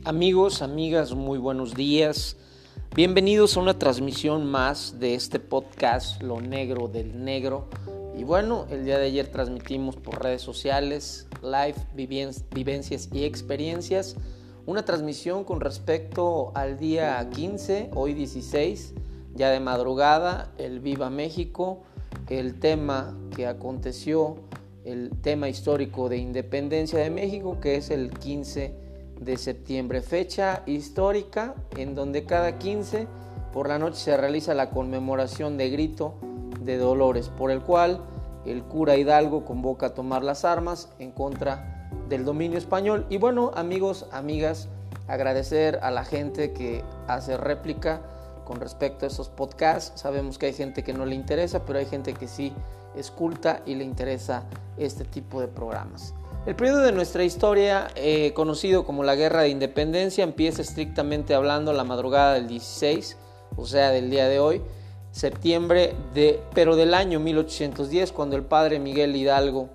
Amigos, amigas, muy buenos días. Bienvenidos a una transmisión más de este podcast, Lo Negro del Negro. Y bueno, el día de ayer transmitimos por redes sociales, live, vivencias y experiencias, una transmisión con respecto al día 15, hoy 16, ya de madrugada, el Viva México, el tema que aconteció, el tema histórico de independencia de México, que es el 15 de septiembre, fecha histórica en donde cada 15 por la noche se realiza la conmemoración de Grito de Dolores, por el cual el cura Hidalgo convoca a tomar las armas en contra del dominio español. Y bueno, amigos, amigas, agradecer a la gente que hace réplica con respecto a esos podcasts. Sabemos que hay gente que no le interesa, pero hay gente que sí escucha y le interesa este tipo de programas. El periodo de nuestra historia, conocido como la Guerra de Independencia, empieza estrictamente hablando la madrugada del 16, o sea, del día de hoy, septiembre, pero del año 1810, cuando el padre Miguel Hidalgo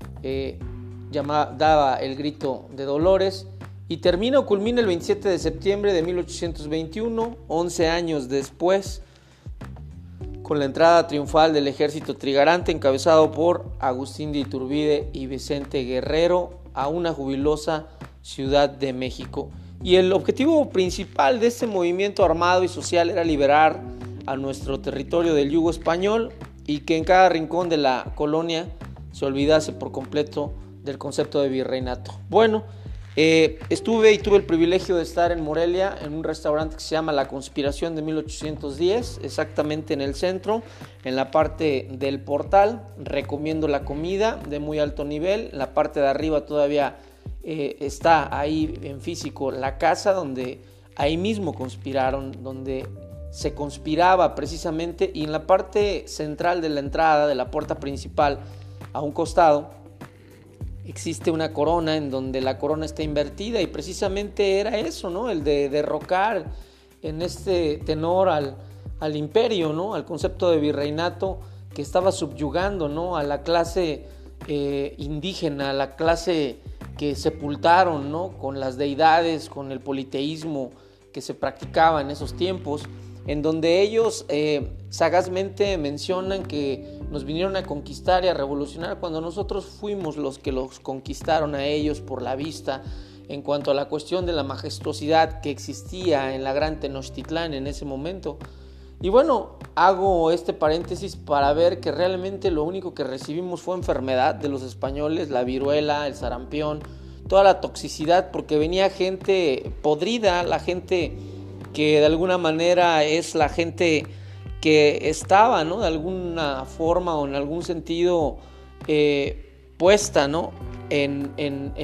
daba el grito de Dolores, y termina o culmina el 27 de septiembre de 1821, 11 años después, con la entrada triunfal del ejército trigarante encabezado por Agustín de Iturbide y Vicente Guerrero a una jubilosa Ciudad de México. Y el objetivo principal de este movimiento armado y social era liberar a nuestro territorio del yugo español y que en cada rincón de la colonia se olvidase por completo del concepto de virreinato. Bueno, tuve el privilegio de estar en Morelia en un restaurante que se llama La Conspiración de 1810, exactamente en el centro, en la parte del portal. Recomiendo la comida de muy alto nivel. En la parte de arriba todavía está ahí en físico la casa donde ahí mismo conspiraron, donde se conspiraba precisamente, y en la parte central de la entrada de la puerta principal, a un costado, existe una corona en donde la corona está invertida, y precisamente era eso, ¿no? El de derrocar en este tenor al imperio, ¿no? Al concepto de virreinato que estaba subyugando, ¿no? A la clase indígena, a la clase que sepultaron, ¿no? Con las deidades, con el politeísmo que se practicaba en esos tiempos, en donde ellos sagazmente mencionan que nos vinieron a conquistar y a revolucionar cuando nosotros fuimos los que los conquistaron a ellos por la vista, en cuanto a la cuestión de la majestuosidad que existía en la gran Tenochtitlán en ese momento. Y bueno, hago este paréntesis para ver que realmente lo único que recibimos fue enfermedad de los españoles, la viruela, el sarampión, toda la toxicidad, porque venía gente podrida, la gente que de alguna manera es la gente que estaba, ¿no? De alguna forma o en algún sentido puesta, ¿no? en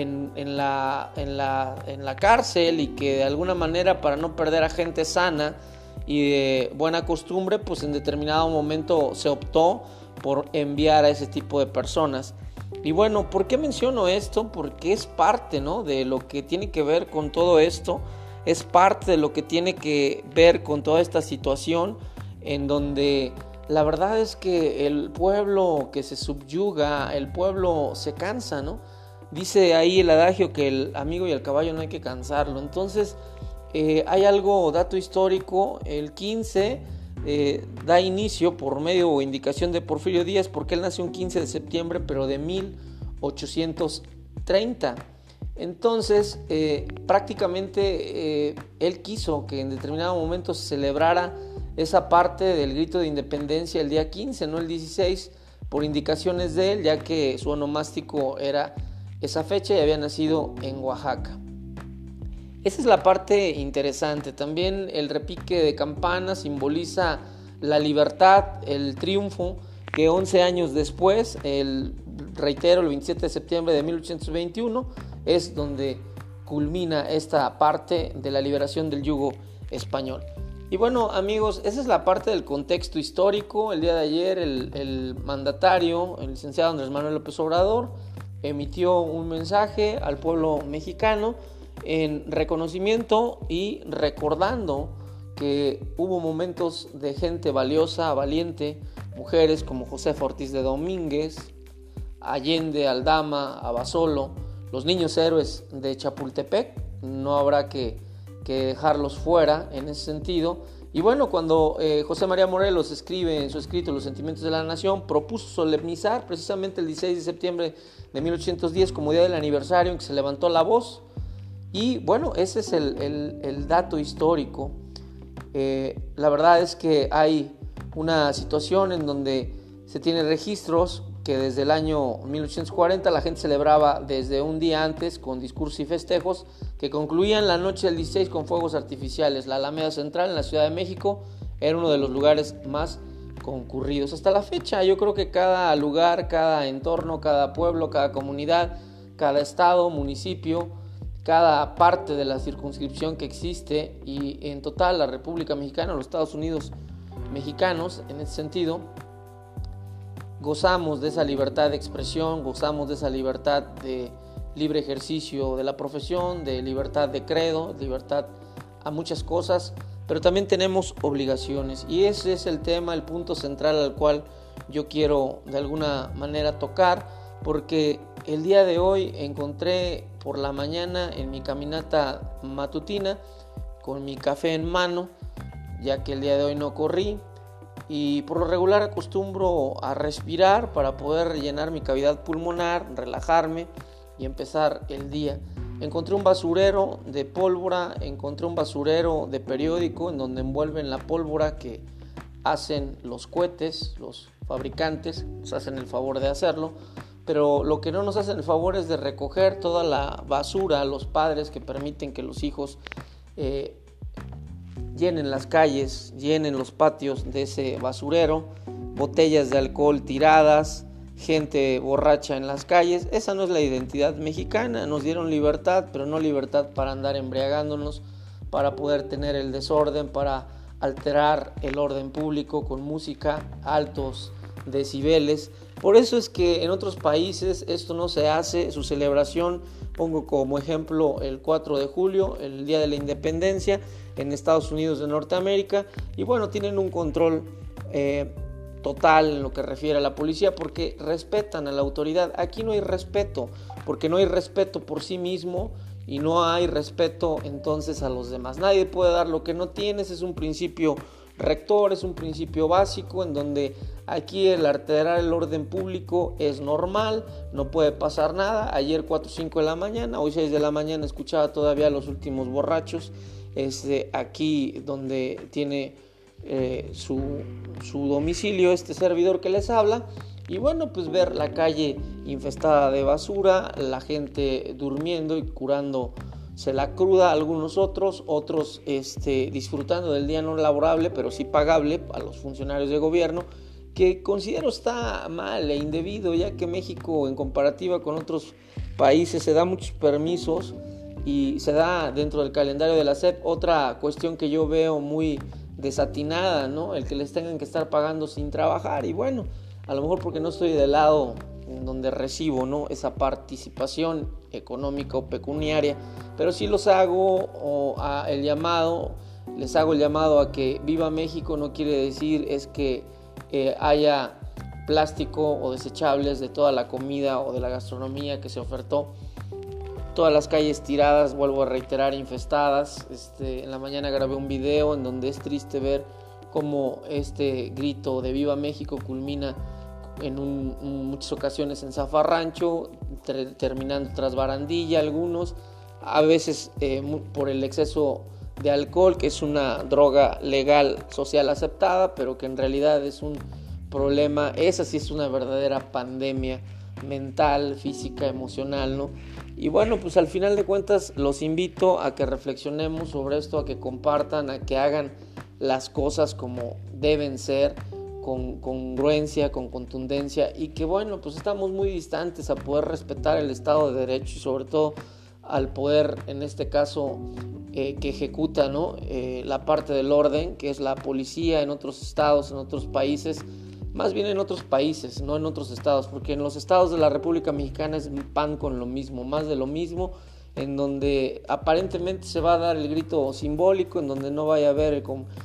la cárcel, y que de alguna manera, para no perder a gente sana y de buena costumbre, pues en determinado momento se optó por enviar a ese tipo de personas. Y bueno, ¿por qué menciono esto? Porque es parte, ¿no? De lo que tiene que ver con todo esto, es parte de lo que tiene que ver con toda esta situación, en donde la verdad es que el pueblo que se subyuga, el pueblo se cansa, ¿no? Dice ahí el adagio que el amigo y el caballo no hay que cansarlo. Entonces, hay algo, dato histórico, el 15 da inicio por medio o indicación de Porfirio Díaz, porque él nació un 15 de septiembre, pero de 1830. Entonces, prácticamente él quiso que en determinado momento se celebrara esa parte del grito de independencia el día 15, no el 16, por indicaciones de él, ya que su onomástico era esa fecha y había nacido en Oaxaca. Esa es la parte interesante. También el repique de campana simboliza la libertad, el triunfo, que 11 años después, el 27 de septiembre de 1821, es donde culmina esta parte de la liberación del yugo español. Y bueno, amigos, esa es la parte del contexto histórico. El día de ayer el mandatario, el licenciado Andrés Manuel López Obrador, emitió un mensaje al pueblo mexicano en reconocimiento y recordando que hubo momentos de gente valiosa, valiente, mujeres como Josefa Ortiz de Domínguez, Allende, Aldama, Abasolo, los niños héroes de Chapultepec, no habrá que dejarlos fuera en ese sentido. Y bueno, cuando José María Morelos escribe en su escrito Los sentimientos de la nación, propuso solemnizar precisamente el 16 de septiembre de 1810 como día del aniversario en que se levantó la voz. Y bueno, ese es el dato histórico. La verdad es que hay una situación en donde se tienen registros que desde el año 1840 la gente celebraba desde un día antes con discursos y festejos que concluían la noche del 16 con fuegos artificiales. La Alameda Central en la Ciudad de México era uno de los lugares más concurridos. Hasta la fecha yo creo que cada lugar, cada entorno, cada pueblo, cada comunidad, cada estado, municipio, cada parte de la circunscripción que existe y en total la República Mexicana, los Estados Unidos mexicanos en ese sentido, gozamos de esa libertad de expresión, gozamos de esa libertad de libre ejercicio de la profesión, de libertad de credo, libertad a muchas cosas, pero también tenemos obligaciones y ese es el tema, el punto central al cual yo quiero de alguna manera tocar, porque el día de hoy encontré por la mañana en mi caminata matutina con mi café en mano, ya que el día de hoy no corrí, y por lo regular acostumbro a respirar para poder llenar mi cavidad pulmonar, relajarme y empezar el día. Encontré un basurero de pólvora, encontré un basurero de periódico en donde envuelven la pólvora que hacen los cohetes, los fabricantes nos hacen el favor de hacerlo, pero lo que no nos hacen el favor es de recoger toda la basura, los padres que permiten que los hijos llenen las calles, llenen los patios de ese basurero, botellas de alcohol tiradas, gente borracha en las calles. Esa no es la identidad mexicana. Nos dieron libertad, pero no libertad para andar embriagándonos, para poder tener el desorden, para alterar el orden público con música, altos decibeles. Por eso es que en otros países esto no se hace. Su celebración, pongo como ejemplo el 4 de julio, el Día de la Independencia, en Estados Unidos de Norteamérica, y bueno, tienen un control total en lo que refiere a la policía porque respetan a la autoridad. Aquí no hay respeto, porque no hay respeto por sí mismo y no hay respeto entonces a los demás. Nadie puede dar lo que no tienes, es un principio rector, es un principio básico en donde aquí el alterar el orden público es normal, no puede pasar nada. Ayer 4 o 5 de la mañana, hoy 6 de la mañana escuchaba todavía a los últimos borrachos aquí donde tiene su domicilio este servidor que les habla, y bueno, pues ver la calle infestada de basura, la gente durmiendo y curándose la cruda, algunos otros disfrutando del día no laborable pero sí pagable a los funcionarios de gobierno, que considero está mal e indebido, ya que México en comparativa con otros países se da muchos permisos y se da dentro del calendario de la SEP. Otra cuestión que yo veo muy desatinada, ¿no? El que les tengan que estar pagando sin trabajar, y bueno, a lo mejor porque no estoy del lado en donde recibo, ¿no?, esa participación económica o pecuniaria, pero sí les hago el llamado a que viva México. No quiere decir es que haya plástico o desechables de toda la comida o de la gastronomía que se ofertó. Todas las calles tiradas, vuelvo a reiterar, infestadas. En la mañana grabé un video en donde es triste ver cómo este grito de Viva México culmina en muchas ocasiones en zafarrancho, terminando tras barandilla algunos, a veces por el exceso de alcohol, que es una droga legal, social aceptada, pero que en realidad es un problema. Esa sí es una verdadera pandemia mental, física, emocional, ¿no? Y bueno, pues al final de cuentas los invito a que reflexionemos sobre esto, a que compartan, a que hagan las cosas como deben ser, con congruencia, con contundencia, y que bueno, pues estamos muy distantes a poder respetar el Estado de Derecho y sobre todo al poder, en este caso, que ejecuta, ¿no?, la parte del orden, que es la policía en otros estados, en otros países, más bien en otros países, no en otros estados, porque en los estados de la República Mexicana es pan con lo mismo, más de lo mismo, en donde aparentemente se va a dar el grito simbólico, en donde no vaya a haber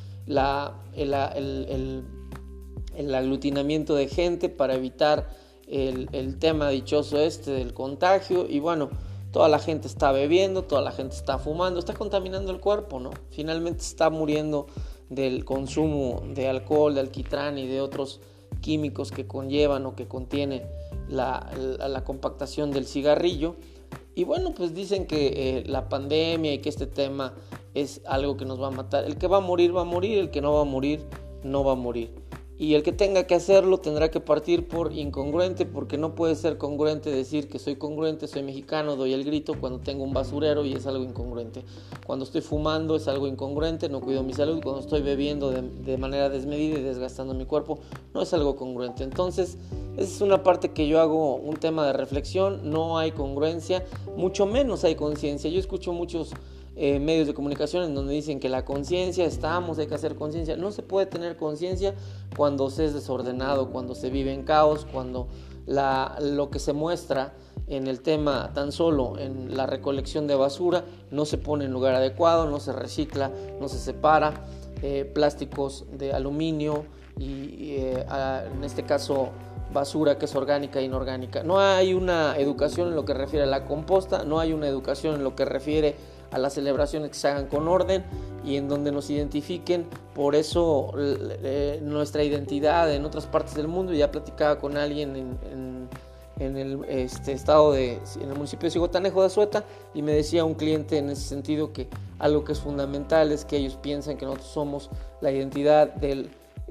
el aglutinamiento de gente para evitar el tema dichoso del contagio. Y bueno, toda la gente está bebiendo, toda la gente está fumando, está contaminando el cuerpo, ¿no? Finalmente está muriendo del consumo de alcohol, de alquitrán y de otros químicos que conllevan o que contiene la compactación del cigarrillo. Y bueno, pues dicen que la pandemia y que este tema es algo que nos va a matar. El que va a morir, el que no va a morir, no va a morir. Y el que tenga que hacerlo tendrá que partir por incongruente, porque no puede ser congruente decir que soy congruente, soy mexicano, doy el grito cuando tengo un basurero y es algo incongruente. Cuando estoy fumando es algo incongruente, no cuido mi salud. Cuando estoy bebiendo de manera desmedida y desgastando mi cuerpo, no es algo congruente. Entonces, esa es una parte que yo hago un tema de reflexión. No hay congruencia, mucho menos hay conciencia. Yo escucho muchos medios de comunicación en donde dicen que la conciencia, hay que hacer conciencia. No se puede tener conciencia cuando se es desordenado, cuando se vive en caos, cuando lo que se muestra en el tema tan solo en la recolección de basura no se pone en lugar adecuado, no se recicla, no se separa, plásticos de aluminio y en este caso basura que es orgánica e inorgánica. No hay una educación en lo que refiere a la composta, no hay una educación en lo que refiere a las celebraciones que se hagan con orden y en donde nos identifiquen. Por eso nuestra identidad en otras partes del mundo, ya platicaba con alguien en el municipio de Zihuatanejo de Azueta, y me decía un cliente en ese sentido que algo que es fundamental es que ellos piensan que nosotros somos la identidad del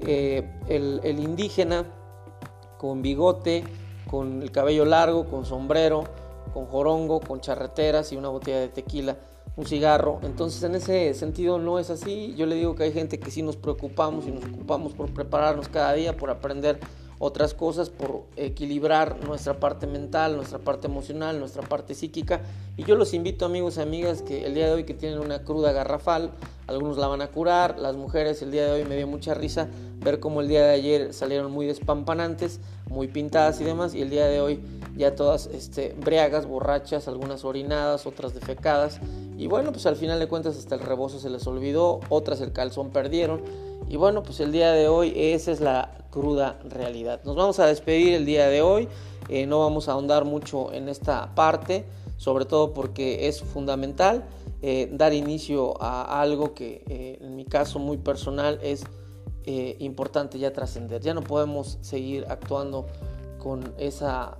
el indígena con bigote, con el cabello largo, con sombrero, con jorongo, con charreteras y una botella de tequila, un cigarro. Entonces en ese sentido no es así. Yo le digo que hay gente que sí nos preocupamos y nos ocupamos por prepararnos cada día, por aprender otras cosas, por equilibrar nuestra parte mental, nuestra parte emocional, nuestra parte psíquica. Y yo los invito, amigos y amigas, que el día de hoy que tienen una cruda garrafal, algunos la van a curar. Las mujeres el día de hoy me dio mucha risa ver cómo el día de ayer salieron muy despampanantes, muy pintadas y demás, y el día de hoy ya todas briagas, borrachas, algunas orinadas, otras defecadas. Y bueno, pues al final de cuentas hasta el rebozo se les olvidó, otras el calzón perdieron. Y bueno, pues el día de hoy esa es la cruda realidad. Nos vamos a despedir el día de hoy, no vamos a ahondar mucho en esta parte, sobre todo porque es fundamental dar inicio a algo que en mi caso muy personal es importante ya trascender. Ya no podemos seguir actuando con esa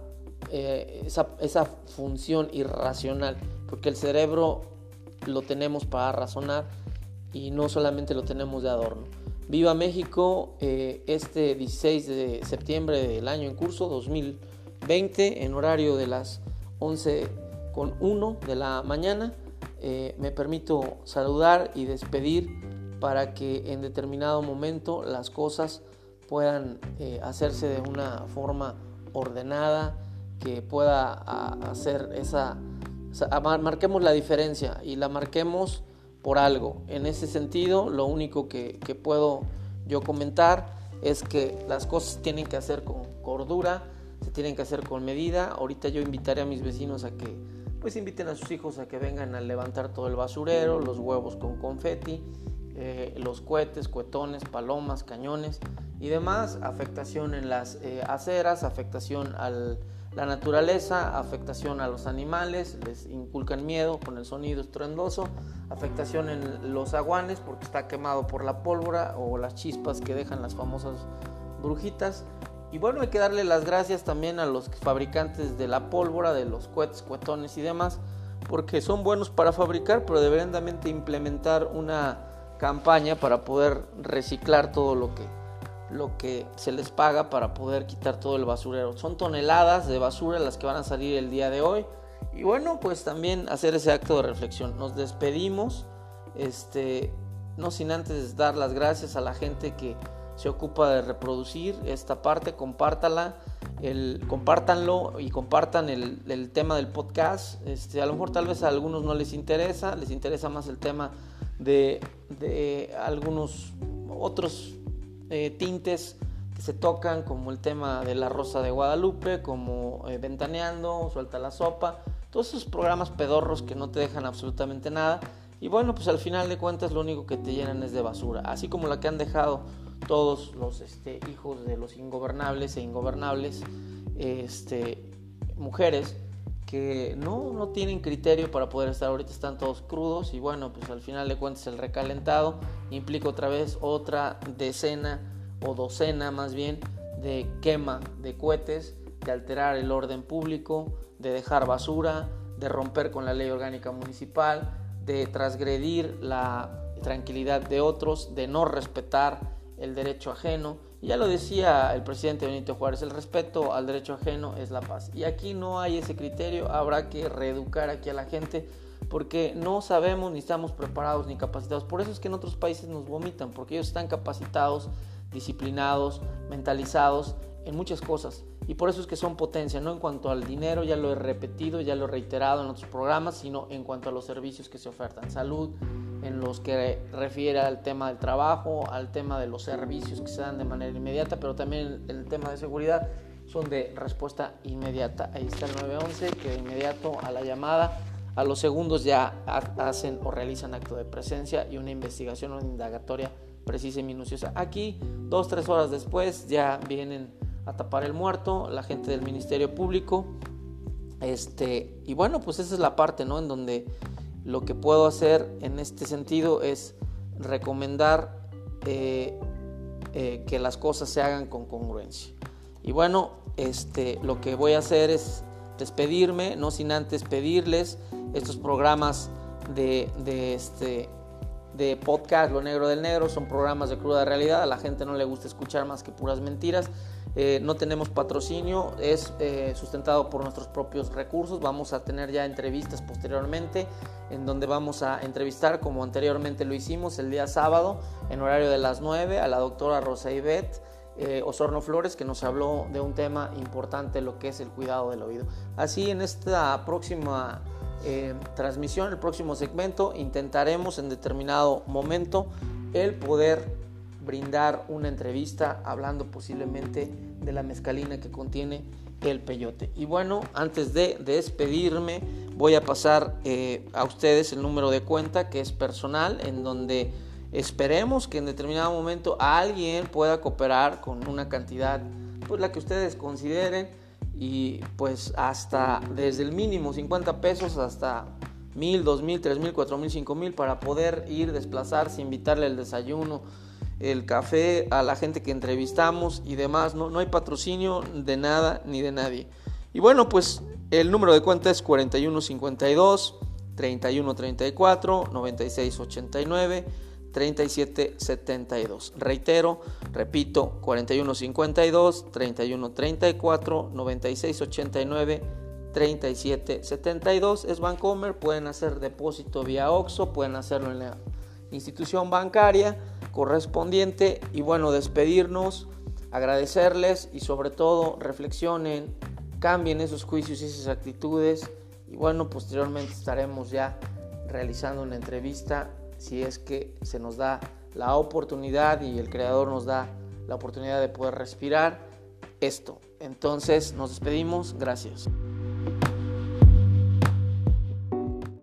función irracional, porque el cerebro lo tenemos para razonar y no solamente lo tenemos de adorno. Viva México, este 16 de septiembre del año en curso 2020, en horario de las 11:01 de la mañana. Me permito saludar y despedir para que en determinado momento las cosas puedan hacerse de una forma ordenada, que pueda hacer marquemos la diferencia y la marquemos por algo. En ese sentido, lo único que puedo yo comentar es que las cosas tienen que hacer con cordura, se tienen que hacer con medida. Ahorita yo invitaré a mis vecinos a que pues inviten a sus hijos a que vengan a levantar todo el basurero, los huevos con confeti, los cohetes, cuetones, palomas, cañones y demás. Afectación en las aceras, afectación a la naturaleza, afectación a los animales, les inculcan miedo con el sonido estruendoso, afectación en los aguanes porque está quemado por la pólvora o las chispas que dejan las famosas brujitas. Y bueno, hay que darle las gracias también a los fabricantes de la pólvora, de los cohetes, cuetones y demás, porque son buenos para fabricar, pero deberían también implementar una campaña para poder reciclar todo lo que se les paga para poder quitar todo el basurero. Son toneladas de basura las que van a salir el día de hoy. Y bueno, pues también hacer ese acto de reflexión. Nos despedimos, no sin antes dar las gracias a la gente que se ocupa de reproducir esta parte. Compártanlo y compartan el tema del podcast. A lo mejor tal vez a algunos no les interesa más el tema de algunos otros tintes que se tocan, como el tema de La Rosa de Guadalupe, como Ventaneando, Suelta la Sopa, todos esos programas pedorros que no te dejan absolutamente nada. Y bueno, pues al final de cuentas lo único que te llenan es de basura, así como la que han dejado todos los hijos de los ingobernables e ingobernables mujeres que no tienen criterio para poder estar ahorita, están todos crudos y bueno, pues al final de cuentas el recalentado implica otra vez otra decena o docena más bien de quema de cohetes, de alterar el orden público, de dejar basura, de romper con la ley orgánica municipal, de transgredir la tranquilidad de otros, de no respetar el derecho ajeno. Y ya lo decía el presidente Benito Juárez, el respeto al derecho ajeno es la paz. Y aquí no hay ese criterio, habrá que reeducar aquí a la gente porque no sabemos ni estamos preparados ni capacitados. Por eso es que en otros países nos vomitan, porque ellos están capacitados, disciplinados, mentalizados en muchas cosas. Y por eso es que son potencia, no en cuanto al dinero, ya lo he repetido, ya lo he reiterado en otros programas, sino en cuanto a los servicios que se ofertan. Salud, en los que refiere al tema del trabajo, al tema de los servicios que se dan de manera inmediata, pero también el tema de seguridad son de respuesta inmediata. Ahí está el 911, que de inmediato a la llamada, a los segundos ya hacen o realizan acto de presencia y una investigación o una indagatoria precisa y minuciosa. Aquí, 2-3 horas después, ya vienen a tapar el muerto, la gente del Ministerio Público. Y bueno, pues esa es la parte, ¿no?, en donde lo que puedo hacer en este sentido es recomendar que las cosas se hagan con congruencia. Y bueno, lo que voy a hacer es despedirme, no sin antes pedirles estos programas de podcast, Lo Negro del Negro, son programas de cruda realidad. A la gente no le gusta escuchar más que puras mentiras. No tenemos patrocinio, es sustentado por nuestros propios recursos. Vamos a tener ya entrevistas posteriormente, en donde vamos a entrevistar, como anteriormente lo hicimos el día sábado, en horario de las 9, a la doctora Rosa Ivette Osorno Flores, que nos habló de un tema importante, lo que es el cuidado del oído. Así, en esta próxima transmisión, el próximo segmento, intentaremos en determinado momento el poder brindar una entrevista hablando posiblemente de la mescalina que contiene el peyote. Y bueno, antes de despedirme, voy a pasar a ustedes el número de cuenta, que es personal, en donde esperemos que en determinado momento alguien pueda cooperar con una cantidad, pues la que ustedes consideren, y pues hasta desde el mínimo 50 pesos hasta 1,000, 2,000, 3,000, 4,000, 5,000 para poder ir, desplazarse, invitarle el desayuno, el café a la gente que entrevistamos y demás. No hay patrocinio de nada ni de nadie. Y bueno, pues el número de cuenta es 4152 3134 9689 3772. Repito, 4152 3134 9689 3772. Es Bancomer. Pueden hacer depósito vía OXXO, pueden hacerlo en la institución bancaria correspondiente. Y bueno, despedirnos, agradecerles y sobre todo reflexionen, cambien esos juicios y esas actitudes. Y bueno, posteriormente estaremos ya realizando una entrevista, si es que se nos da la oportunidad y el creador nos da la oportunidad de poder respirar esto. Entonces nos despedimos, gracias.